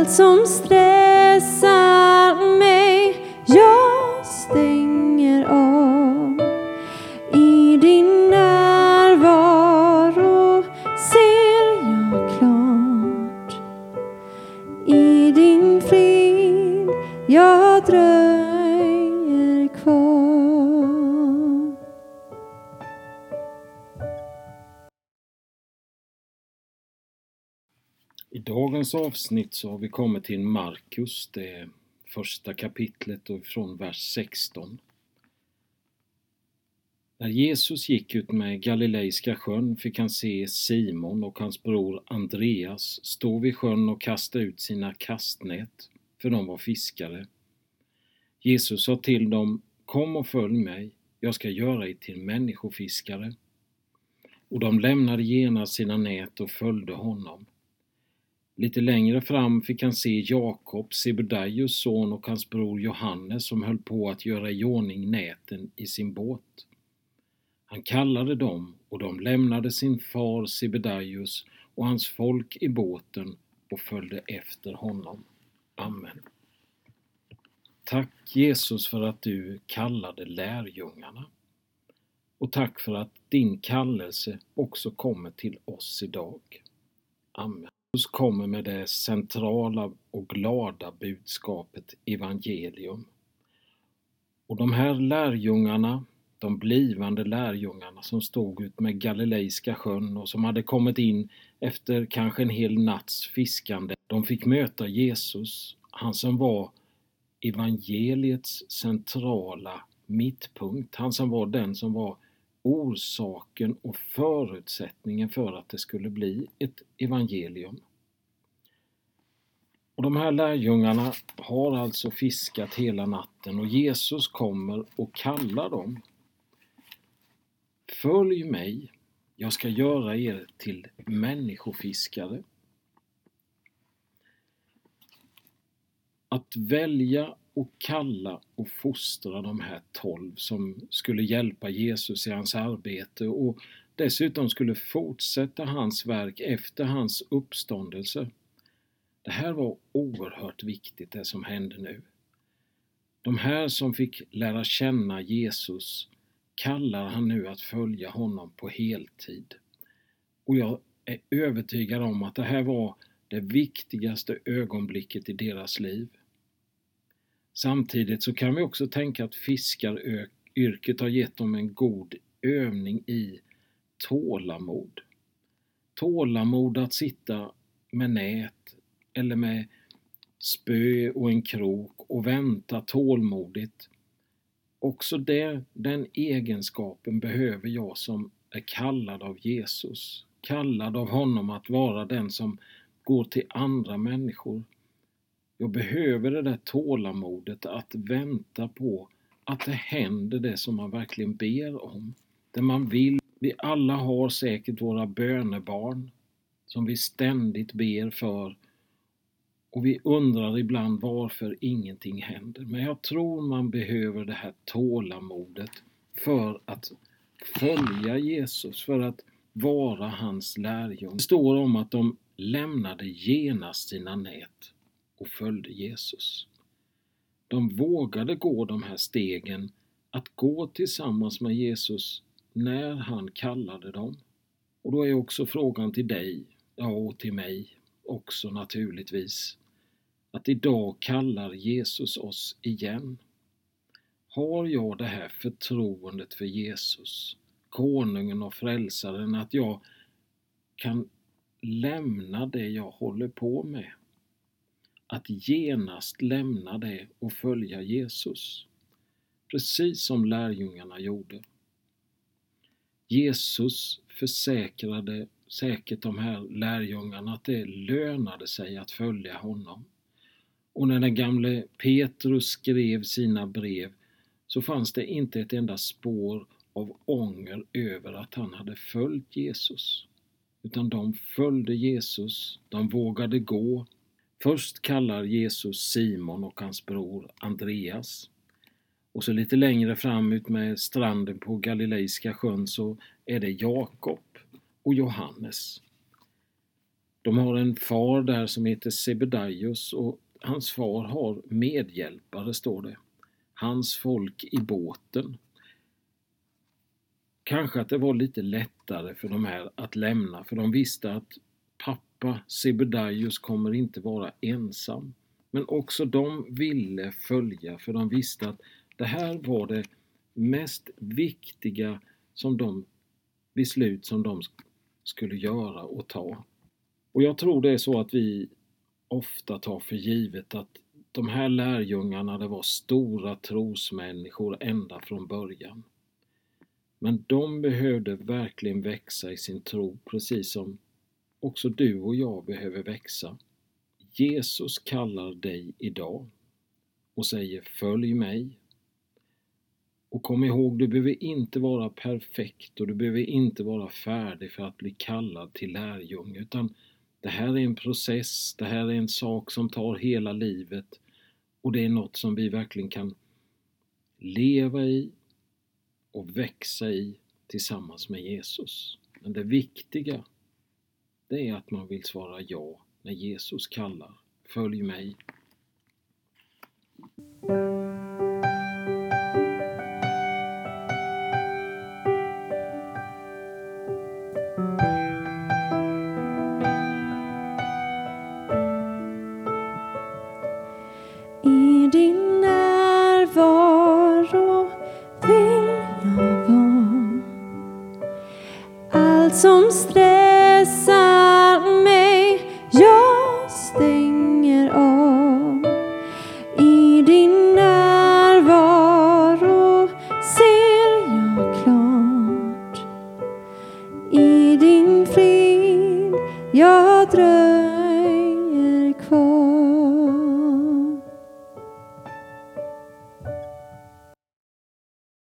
allt som stressar mig, jag stänger av. I din närvaro ser jag klart. I din frid jag dröjer kvar. I dagens avsnitt så har vi kommit till Markus, det första kapitlet och från vers 16. När Jesus gick ut med Galileiska sjön fick han se Simon och hans bror Andreas stå vid sjön och kasta ut sina kastnät, för de var fiskare. Jesus sa till dem: kom och följ mig, jag ska göra er till människofiskare. Och de lämnade genast sina nät och följde honom. Lite längre fram fick han se Jakob, Sebedaios son, och hans bror Johannes som höll på att göra i ordning näten i sin båt. Han kallade dem och de lämnade sin far Sebedaios och hans folk i båten och följde efter honom. Amen. Tack Jesus för att du kallade lärjungarna. Och tack för att din kallelse också kommer till oss idag. Amen. Jesus kommer med det centrala och glada budskapet evangelium. Och de här lärjungarna, de blivande lärjungarna som stod ut med Galileiska sjön och som hade kommit in efter kanske en hel natts fiskande, de fick möta Jesus, han som var evangeliets centrala mittpunkt, han som var den som var orsaken och förutsättningen för att det skulle bli ett evangelium. Och de här lärjungarna har alltså fiskat hela natten och Jesus kommer och kallar dem. Följ mig, jag ska göra er till människofiskare. Att välja och kalla och fostra de här 12 som skulle hjälpa Jesus i hans arbete och dessutom skulle fortsätta hans verk efter hans uppståndelse. Det här var oerhört viktigt, det som hände nu. De här som fick lära känna Jesus kallar han nu att följa honom på heltid. Och jag är övertygad om att det här var det viktigaste ögonblicket i deras liv. Samtidigt så kan vi också tänka att fiskaryrket har gett dem en god övning i tålamod. Tålamod att sitta med nät eller med spö och en krok och vänta tålmodigt. Också den egenskapen behöver jag som är kallad av Jesus. Kallad av honom att vara den som går till andra människor. Jag behöver det där tålamodet att vänta på att det händer det som man verkligen ber om. Det man vill. Vi alla har säkert våra bönebarn som vi ständigt ber för. Och vi undrar ibland varför ingenting händer. Men jag tror man behöver det här tålamodet för att följa Jesus. För att vara hans lärjung. Det står om att de lämnade genast sina nät och följde Jesus. De vågade gå de här stegen att gå tillsammans med Jesus när han kallade dem. Och då är också frågan till dig, ja och till mig också naturligtvis, att idag kallar Jesus oss igen. Har jag det här förtroendet för Jesus, konungen och frälsaren, att jag kan lämna det jag håller på med? Att genast lämna det och följa Jesus. Precis som lärjungarna gjorde. Jesus försäkrade säkert de här lärjungarna att det lönade sig att följa honom. Och när den gamle Petrus skrev sina brev så fanns det inte ett enda spår av ånger över att han hade följt Jesus. Utan de följde Jesus, de vågade gå. Först kallar Jesus Simon och hans bror Andreas. Och så lite längre fram ut med stranden på Galileiska sjön så är det Jakob och Johannes. De har en far där som heter Sebedaios och hans far har medhjälpare, står det. Hans folk i båten. Kanske att det var lite lättare för de här att lämna, för de visste att pappa Sebedaios kommer inte vara ensam. Men också de ville följa, för de visste att det här var det mest viktiga beslut som de skulle göra och ta. Och jag tror det är så att vi ofta tar för givet att de här lärjungarna, det var stora trosmänniskor ända från början. Men de behövde verkligen växa i sin tro, precis som också du och jag behöver växa. Jesus kallar dig idag och säger följ mig. Och kom ihåg, du behöver inte vara perfekt och du behöver inte vara färdig för att bli kallad till lärjunge, utan det här är en process, det här är en sak som tar hela livet och det är något som vi verkligen kan leva i och växa i tillsammans med Jesus. Men det viktiga, det är att man vill svara ja när Jesus kallar. Följ mig. I din närvaro vill jag vara. Allt som stressar mig, jag stänger av. I din närvaro ser jag klart. I din frid jag drömmer.